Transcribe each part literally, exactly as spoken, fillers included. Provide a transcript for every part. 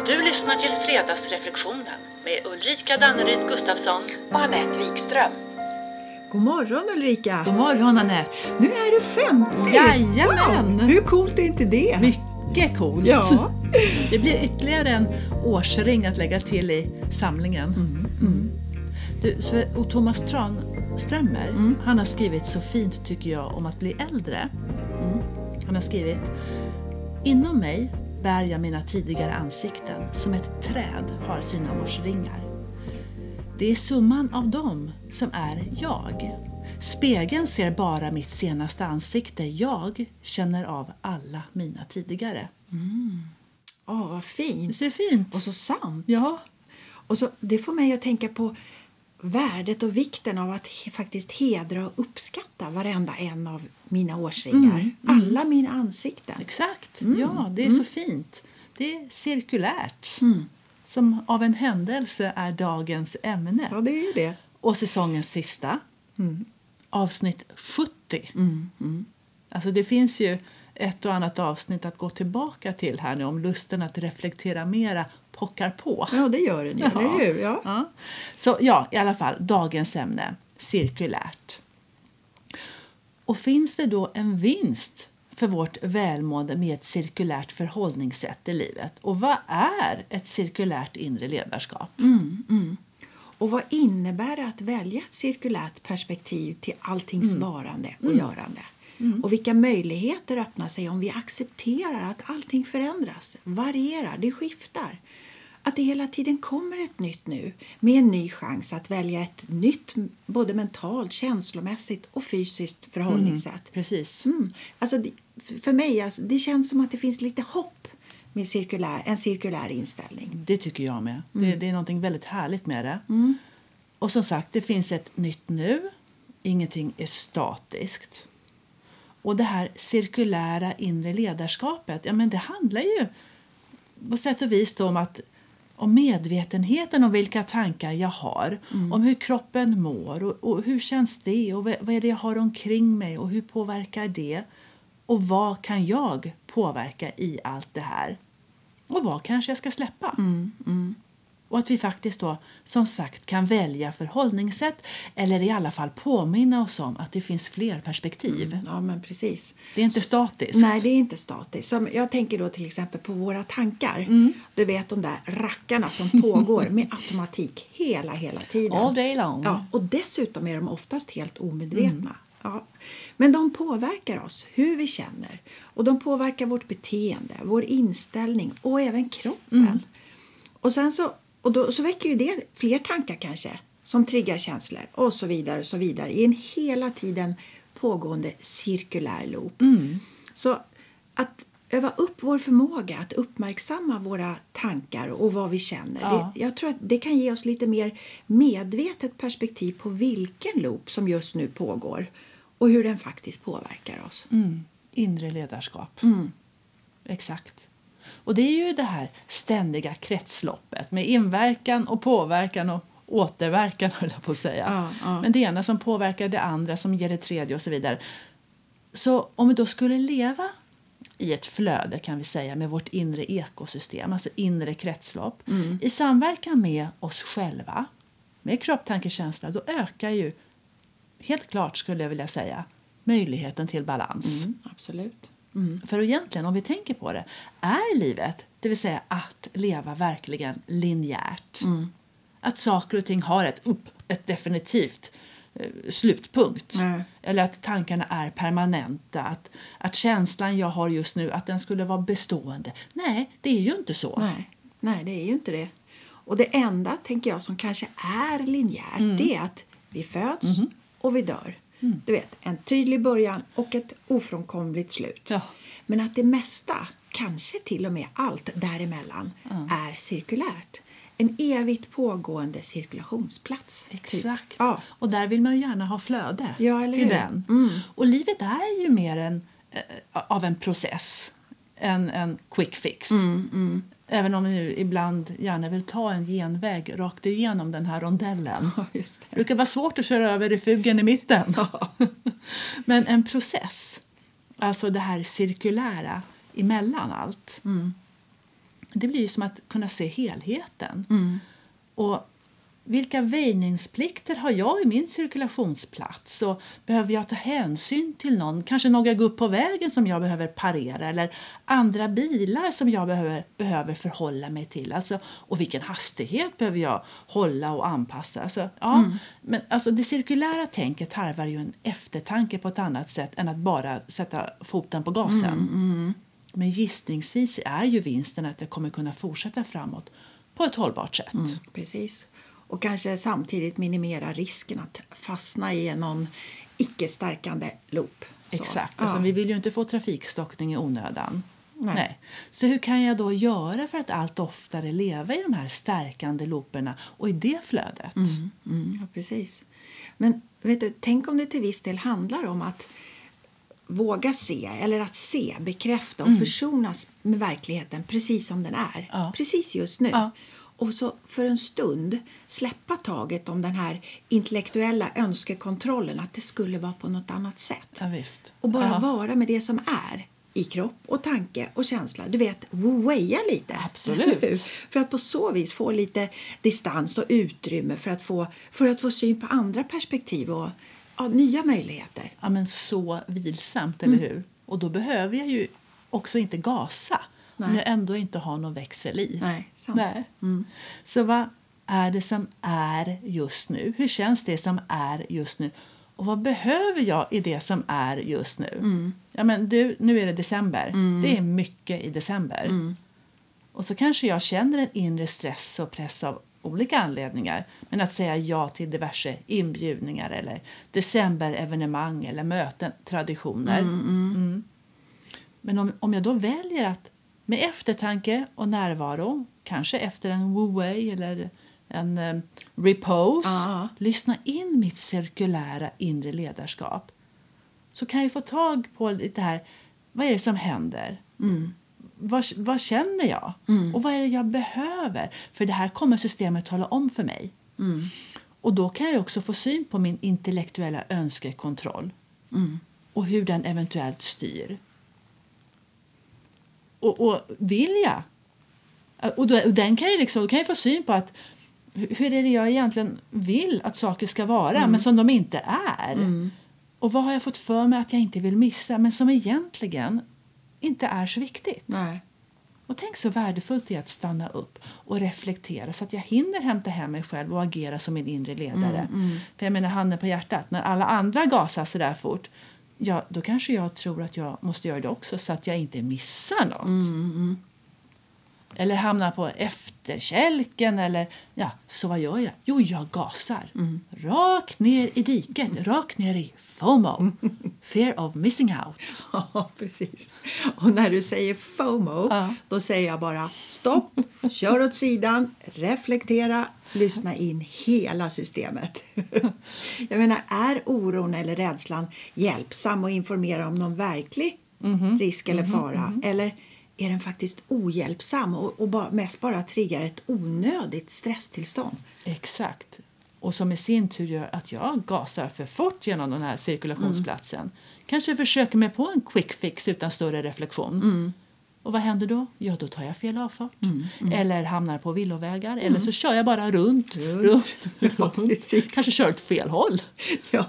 Du lyssnar till Fredagsreflektionen med Ulrika Danneryd Gustafsson och Anette Wikström. God morgon Ulrika! God morgon Anette! Nu är du femtio! Jajamän! Wow, hur coolt är inte det? Mycket coolt! Ja. Det blir ytterligare en årsring att lägga till i samlingen. Mm, mm. Du, så, och Thomas Tranströmer, mm. han har skrivit så fint tycker jag om att bli äldre. Mm. Han har skrivit: inom mig bär jag mina tidigare ansikten som ett träd har sina årsringar. Det är summan av dem som är jag. Spegeln ser bara mitt senaste ansikte. Jag känner av alla mina tidigare. Mm. Åh, vad fint. Det är fint. Och så sant. Ja. Och så, det får mig att tänka på värdet och vikten av att he, faktiskt hedra och uppskatta varenda en av mina årsringar. Mm, mm. Alla mina ansikten. Exakt. Mm, ja, det är mm. så fint. Det är cirkulärt. Mm. Som av en händelse är dagens ämne. Ja, det är ju det. Och säsongens sista. Mm. Avsnitt sjuttio. Mm, mm. Alltså det finns ju ett och annat avsnitt att gå tillbaka till här nu om lusten att reflektera mera pockar på. Ja, det gör den ju, ja. eller hur? Ja. Ja. Så ja, i alla fall, dagens ämne, cirkulärt. Och finns det då en vinst för vårt välmående med ett cirkulärt förhållningssätt i livet? Och vad är ett cirkulärt inre ledarskap? Mm, mm. Och vad innebär det att välja ett cirkulärt perspektiv till alltings mm. varande och mm. görande? Mm. Och vilka möjligheter öppnar sig om vi accepterar att allting förändras, varierar, det skiftar. Att det hela tiden kommer ett nytt nu med en ny chans att välja ett nytt både mentalt, känslomässigt och fysiskt förhållningssätt. Mm, precis. Mm. Alltså det, för mig alltså, det känns som att det finns lite hopp med cirkulär, en cirkulär inställning. Det tycker jag med. Mm. Det, det är något väldigt härligt med det. Mm. Och som sagt, det finns ett nytt nu. Ingenting är statiskt. Och det här cirkulära inre ledarskapet, ja men det handlar ju på sätt och vis då om att om medvetenheten om vilka tankar jag har, mm. om hur kroppen mår och, och hur känns det och vad är det jag har omkring mig och hur påverkar det och vad kan jag påverka i allt det här och vad kanske jag ska släppa. Mm. Mm. Och att vi faktiskt då, som sagt, kan välja förhållningssätt eller i alla fall påminna oss om att det finns fler perspektiv. Mm, ja, men precis. Det är inte statiskt. Nej, det är inte statiskt. Som jag tänker då till exempel på våra tankar. Mm. Du vet de där rackarna som pågår med automatik hela, hela tiden. All day long. Ja, och dessutom är de oftast helt omedvetna. Mm. Ja. Men de påverkar oss, hur vi känner. Och de påverkar vårt beteende, vår inställning och även kroppen. Mm. Och sen så Och då så väcker ju det fler tankar kanske som triggar känslor och så vidare och så vidare i en hela tiden pågående cirkulär loop. Mm. Så att öva upp vår förmåga att uppmärksamma våra tankar och vad vi känner. Ja. Det, jag tror att det kan ge oss lite mer medvetet perspektiv på vilken loop som just nu pågår och hur den faktiskt påverkar oss. Mm. Inre ledarskap. Mm. Exakt. Och det är ju det här ständiga kretsloppet med inverkan och påverkan och återverkan, höll jag på att säga. Ja, ja. Men det ena som påverkar det andra som ger det tredje och så vidare. Så om vi då skulle leva i ett flöde kan vi säga med vårt inre ekosystem, alltså inre kretslopp, Mm. i samverkan med oss själva, med kropp, tanke, känsla, då ökar ju helt klart skulle jag vilja säga möjligheten till balans. Mm, absolut. Mm. För egentligen, om vi tänker på det, är livet, det vill säga att leva verkligen linjärt. Mm. Att saker och ting har ett, upp, ett definitivt eh, slutpunkt. Mm. Eller att tankarna är permanenta. Att, att känslan jag har just nu, att den skulle vara bestående. Nej, det är ju inte så. Nej, nej, det är ju inte det. Och det enda, tänker jag, som kanske är linjärt, Mm. det är att vi föds Mhm. och vi dör. Mm. Du vet, en tydlig början och ett ofrånkomligt slut. Ja. Men att det mesta, kanske till och med allt däremellan, Mm. är cirkulärt. En evigt pågående cirkulationsplats. typ. Exakt. Ja. Och där vill man ju gärna ha flöde Ja, eller i hur? den. Mm. Och livet är ju mer en, eh, av en process. En, en quick fix. Mm, mm. Även om vi ibland gärna vill ta en genväg rakt igenom den här rondellen. Ja, just Det det. brukar vara svårt att köra över refugen i mitten. Ja. Men en process, alltså det här cirkulära emellan allt. Mm. det blir ju som att kunna se helheten. Mm. Och vilka väjningsplikter har jag i min cirkulationsplats? Och behöver jag ta hänsyn till någon? Kanske några går upp på vägen som jag behöver parera. Eller andra bilar som jag behöver, behöver förhålla mig till. Alltså, och vilken hastighet behöver jag hålla och anpassa? Alltså, ja, Mm. men alltså, det cirkulära tänket tarvar ju en eftertanke på ett annat sätt än att bara sätta foten på gasen. Mm, mm. Men gissningsvis är ju vinsten att jag kommer kunna fortsätta framåt på ett hållbart sätt. Mm, precis. Och kanske samtidigt minimera risken att fastna i någon icke-stärkande loop. Så, Exakt. ja. Alltså, vi vill ju inte få trafikstockning i onödan. Nej. Nej. Så hur kan jag då göra för att allt oftare leva i de här stärkande looperna och i det flödet? Mm, mm, ja, precis. Men vet du, tänk om det till viss del handlar om att våga se, eller att se, bekräfta och Mm. försonas med verkligheten precis som den är. Ja. Precis just nu. Ja. Och så för en stund släppa taget om den här intellektuella önskekontrollen, att det skulle vara på något annat sätt. Ja, visst. Och bara Ja. vara med det som är i kropp och tanke och känsla. Du vet, woo-waya lite. Absolut. Eller hur? För att på så vis få lite distans och utrymme för att få, för att få syn på andra perspektiv och ja, nya möjligheter. Ja, men så vilsamt, eller hur? Och då behöver jag ju också inte gasa. Nej. Om jag ändå inte har någon växel i. Nej, sant. Nej. Mm. Så vad är det som är just nu? Hur känns det som är just nu? Och vad behöver jag i det som är just nu? Mm. Ja, men du, nu är det december. Mm. Det är mycket i december. Mm. Och så kanske jag känner en inre stress och press av olika anledningar. Men att säga ja till diverse inbjudningar eller decemberevenemang eller möten, traditioner. Mm, mm. Mm. Men om, om jag då väljer att med eftertanke och närvaro, kanske efter en woo-way eller en um, repose, Ja. lyssna in mitt cirkulära inre ledarskap, så kan jag få tag på lite här, vad är det som händer? Mm. Vad, vad känner jag? Mm. Och vad är det jag behöver? För det här kommer systemet tala om för mig. Mm. Och då kan jag också få syn på min intellektuella önskekontroll. Mm. Och hur den eventuellt styr. Och, och vill jag? Och, då, och den kan jag, liksom, då kan jag få syn på att hur är det jag egentligen vill att saker ska vara, Mm. men som de inte är. Mm. Och vad har jag fått för mig att jag inte vill missa, men som egentligen inte är så viktigt. Nej. Och tänk så värdefullt det är att stanna upp och reflektera så att jag hinner hämta hem mig själv och agera som min inre ledare. Mm, mm. För jag menar, handen på hjärtat, när alla andra gasar så där fort, ja, då kanske jag tror att jag måste göra det också så att jag inte missar något. Mm, mm. Eller hamnar på efterkälken eller, ja, så vad gör jag? Jo, jag gasar. Mm. Rakt ner i diket, rakt ner i FOMO. Fear of missing out. Ja, precis. Och när du säger FOMO, Ja. då säger jag bara stopp, kör åt sidan, reflektera, lyssna in hela systemet. Jag menar, är oron eller rädslan hjälpsam och informera om någon verklig Mhm. risk eller fara? Eller är den faktiskt ohjälpsam och, och bara, mest bara triggar ett onödigt stresstillstånd? Exakt. Och som i sin tur gör att jag gasar för fort genom den här cirkulationsplatsen. Mm. Kanske försöker mig på en quick fix utan större reflektion. Mm. Och vad händer då? Ja, då tar jag fel avfart. Mm, mm. Eller hamnar på villovägar. Eller så kör jag bara runt. Runt. runt, Ja, runt. precis. Kanske kör åt fel håll. Ja.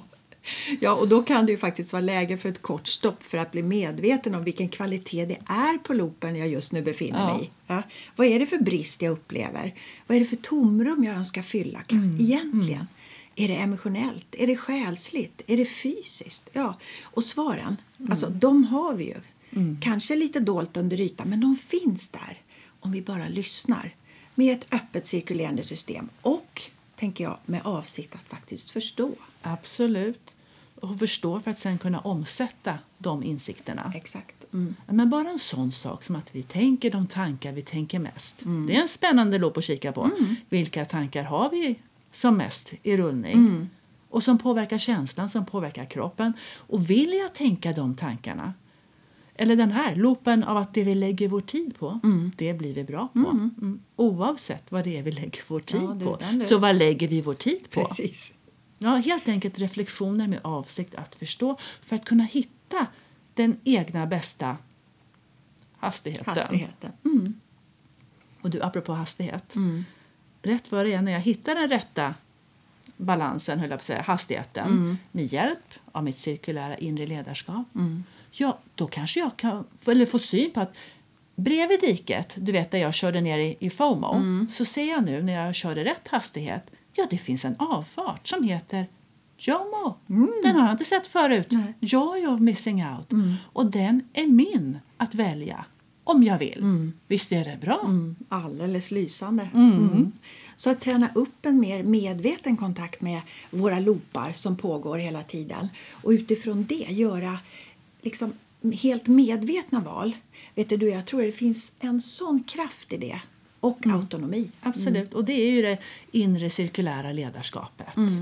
Ja, och då kan det ju faktiskt vara läge för ett kort stopp för att bli medveten om vilken kvalitet det är på loopen jag just nu befinner Ja. mig i. Ja. Vad är det för brist jag upplever? Vad är det för tomrum jag önskar fylla? Mm. Egentligen? Är det emotionellt? Är det själsligt? Är det fysiskt? Ja. Och svaren, Mm. alltså de har vi ju. Kanske lite dolt under ytan, men de finns där om vi bara lyssnar med ett öppet cirkulerande system och, tänker jag, med avsikt att faktiskt förstå. Absolut. Och förstå för att sen kunna omsätta de insikterna. Exakt. Mm. Men bara en sån sak som att vi tänker de tankar vi tänker mest. Mm. Det är en spännande loop att kika på. Vilka tankar har vi som mest i rullning? Mm. Och som påverkar känslan, som påverkar kroppen. Och vill jag tänka de tankarna? Eller den här loopen av att det vi lägger vår tid på, Mm. det blir vi bra på. Mm. Oavsett vad det är vi lägger vår tid Ja, det är på. den du- Så vad lägger vi vår tid på? Precis. Ja, helt enkelt reflektioner med avsikt att förstå för att kunna hitta den egna bästa hastigheten. Hastigheten. Mm. Och du, apropå hastighet. Mm. Rätt vad det är när jag hittar den rätta balansen, höll jag på att säga, hastigheten. Mm. Med hjälp av mitt cirkulära inre ledarskap. Mm. Ja, då kanske jag kan eller få syn på att bredvid diket, du vet där jag körde ner i, i FOMO. Mm. Så ser jag nu när jag körde rätt hastighet. Ja, det finns en avfart som heter JOMO. Mm. Den har jag inte sett förut. Nej. Joy of missing out. Mm. Och den är min att välja. Om jag vill. Mm. Visst är det bra? Mm. Alldeles lysande. Mm. Mm. Så att träna upp en mer medveten kontakt med våra loopar som pågår hela tiden. Och utifrån det göra liksom helt medvetna val. Vet du, jag tror det finns en sån kraft i det. Och Mm. autonomi. Absolut. Och det är ju det inre cirkulära ledarskapet. Mm.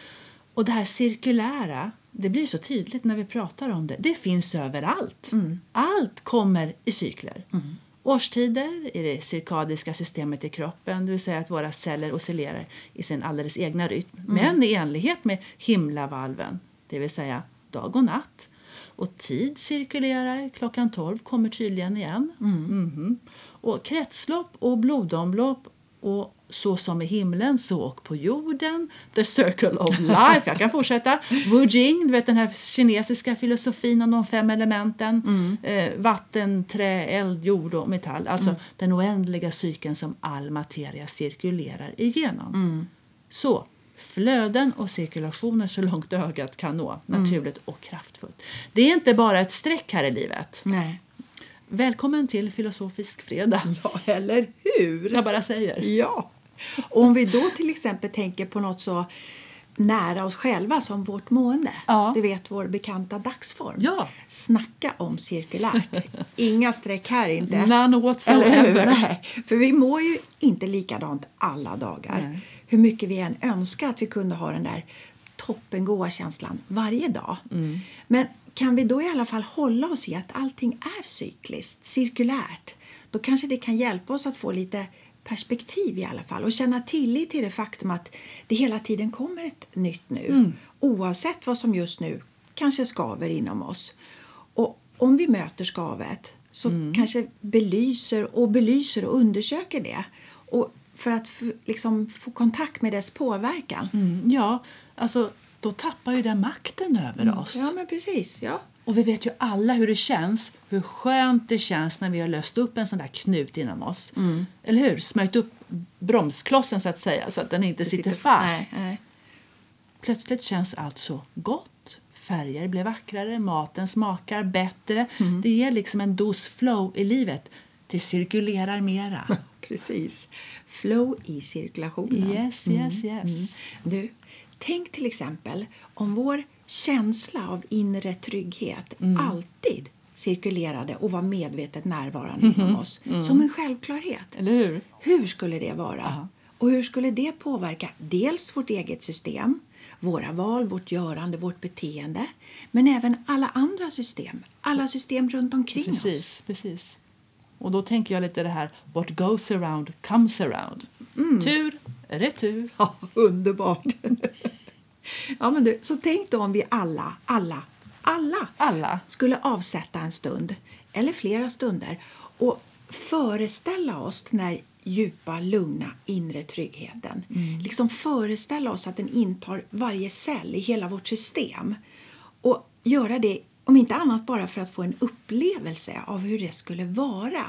Och det här cirkulära, det blir så tydligt när vi pratar om det. Det finns överallt. Mm. Allt kommer i cykler. Mm. Årstider är det cirkadiska systemet i kroppen. Det vill säga att våra celler oscillerar i sin alldeles egna rytm. Mm. Men i enlighet med himlavalven. Det vill säga dag och natt. Och tid cirkulerar. Klockan tolv kommer tydligen igen. Mm. Mhm. Och kretslopp och blodomlopp och så som i himlen så och på jorden. The circle of life. Jag kan fortsätta. Wu Jing, du vet den här kinesiska filosofin om de fem elementen. Mm. Eh, vatten, trä, eld, jord och metall. Alltså Mm. den oändliga cykeln som all materia cirkulerar igenom. Mm. Så flöden och cirkulationer så långt ögat kan nå. Naturligt och kraftfullt. Det är inte bara ett streck här i livet. Nej. Välkommen till Filosofisk fredag. Ja, eller hur? Jag bara säger. Ja. Och om vi då till exempel tänker på något så nära oss själva som vårt mående. Ja. Du vet vår bekanta dagsform. Ja. Snacka om cirkulärt. Inga streck här inte. None Eller hur? whatsoever. Nej, för vi mår ju inte likadant alla dagar. Nej. Hur mycket vi än önskar att vi kunde ha den där toppengoda känslan varje dag. Mm. Men kan vi då i alla fall hålla oss i att allting är cykliskt, cirkulärt, då kanske det kan hjälpa oss att få lite perspektiv i alla fall och känna tillit till det faktum att det hela tiden kommer ett nytt nu. Mm. Oavsett vad som just nu kanske skaver inom oss. Och om vi möter skavet så Mm. kanske belyser och belyser och undersöker det. Och för att f- liksom få kontakt med dess påverkan. Mm, ja, alltså då tappar ju den makten över oss. Ja, men precis. Ja. Och vi vet ju alla hur det känns, hur skönt det känns när vi har löst upp en sån där knut inom oss. Mm. Eller hur? Smörjt upp bromsklossen så att säga, så att den inte Det sitter, sitter- fast. Nej, nej. Plötsligt känns allt så gott. Färger blir vackrare, maten smakar bättre. Mm. Det ger liksom en dos flow i livet. Det cirkulerar mera. Precis. Flow i cirkulationen. Yes, yes, yes. Du, tänk till exempel om vår känsla av inre trygghet alltid cirkulerade och var medvetet närvarande inom oss. Som en självklarhet. Eller hur? Hur skulle det vara? Ja. Och hur skulle det påverka dels vårt eget system, våra val, vårt görande, vårt beteende, men även alla andra system, alla system runt omkring oss. Precis, precis. Och då tänker jag lite det här, what goes around comes around. Tur, retur. Ja, underbart. Ja, men du, så tänk då om vi alla, alla, alla Alla. skulle avsätta en stund eller flera stunder och föreställa oss den här djupa, lugna inre tryggheten. Liksom föreställa oss att den intar varje cell i hela vårt system och göra det, om inte annat bara för att få en upplevelse av hur det skulle vara.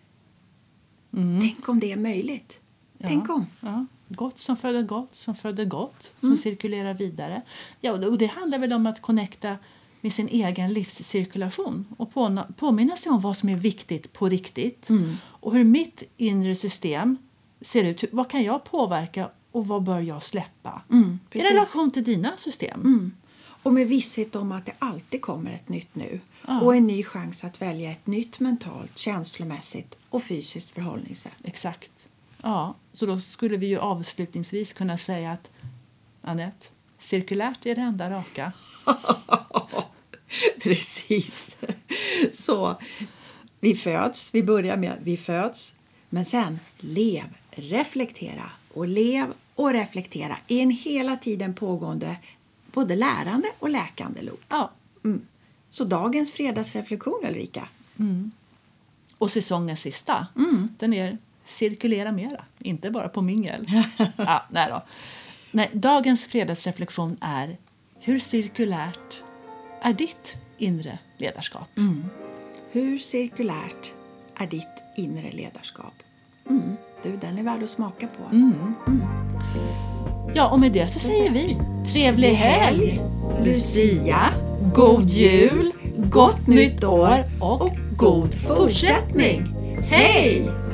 Tänk om det är möjligt. Ja, Tänk om. Ja. Gott som föder gott, som föder gott, som cirkulerar vidare. Ja, och det- och det handlar väl om att connecta med sin egen livscirkulation och på, påminna sig om vad som är viktigt på riktigt. Och hur mitt inre system ser ut. Hur- Vad kan jag påverka och vad bör jag släppa? Mm, I precis. relation till dina system. Mm. Och med visshet om att det alltid kommer ett nytt nu. Ja. Och en ny chans att välja ett nytt mentalt, känslomässigt och fysiskt förhållningssätt. Exakt. Ja, så då skulle vi ju avslutningsvis kunna säga att Anette, cirkulärt är det enda raka. Precis. Så vi föds, vi börjar med att vi föds. Men sen lev, reflektera och lev och reflektera i en hela tiden pågående både lärande och läkande loop. Ja, Mm. Så dagens fredagsreflektion, Ulrika. och säsongens sista, Mm. den är cirkulera mera, inte bara på mingel. Ja, nej då. Nej, dagens fredagsreflektion är: hur cirkulärt är ditt inre ledarskap? Mm. Hur cirkulärt är ditt inre ledarskap? Mm. Du, den är värd att smaka på. Mm. Mm. Ja, och med det så säger vi trevlig helg, Lucia, god jul, gott nytt år och god fortsättning. Hej!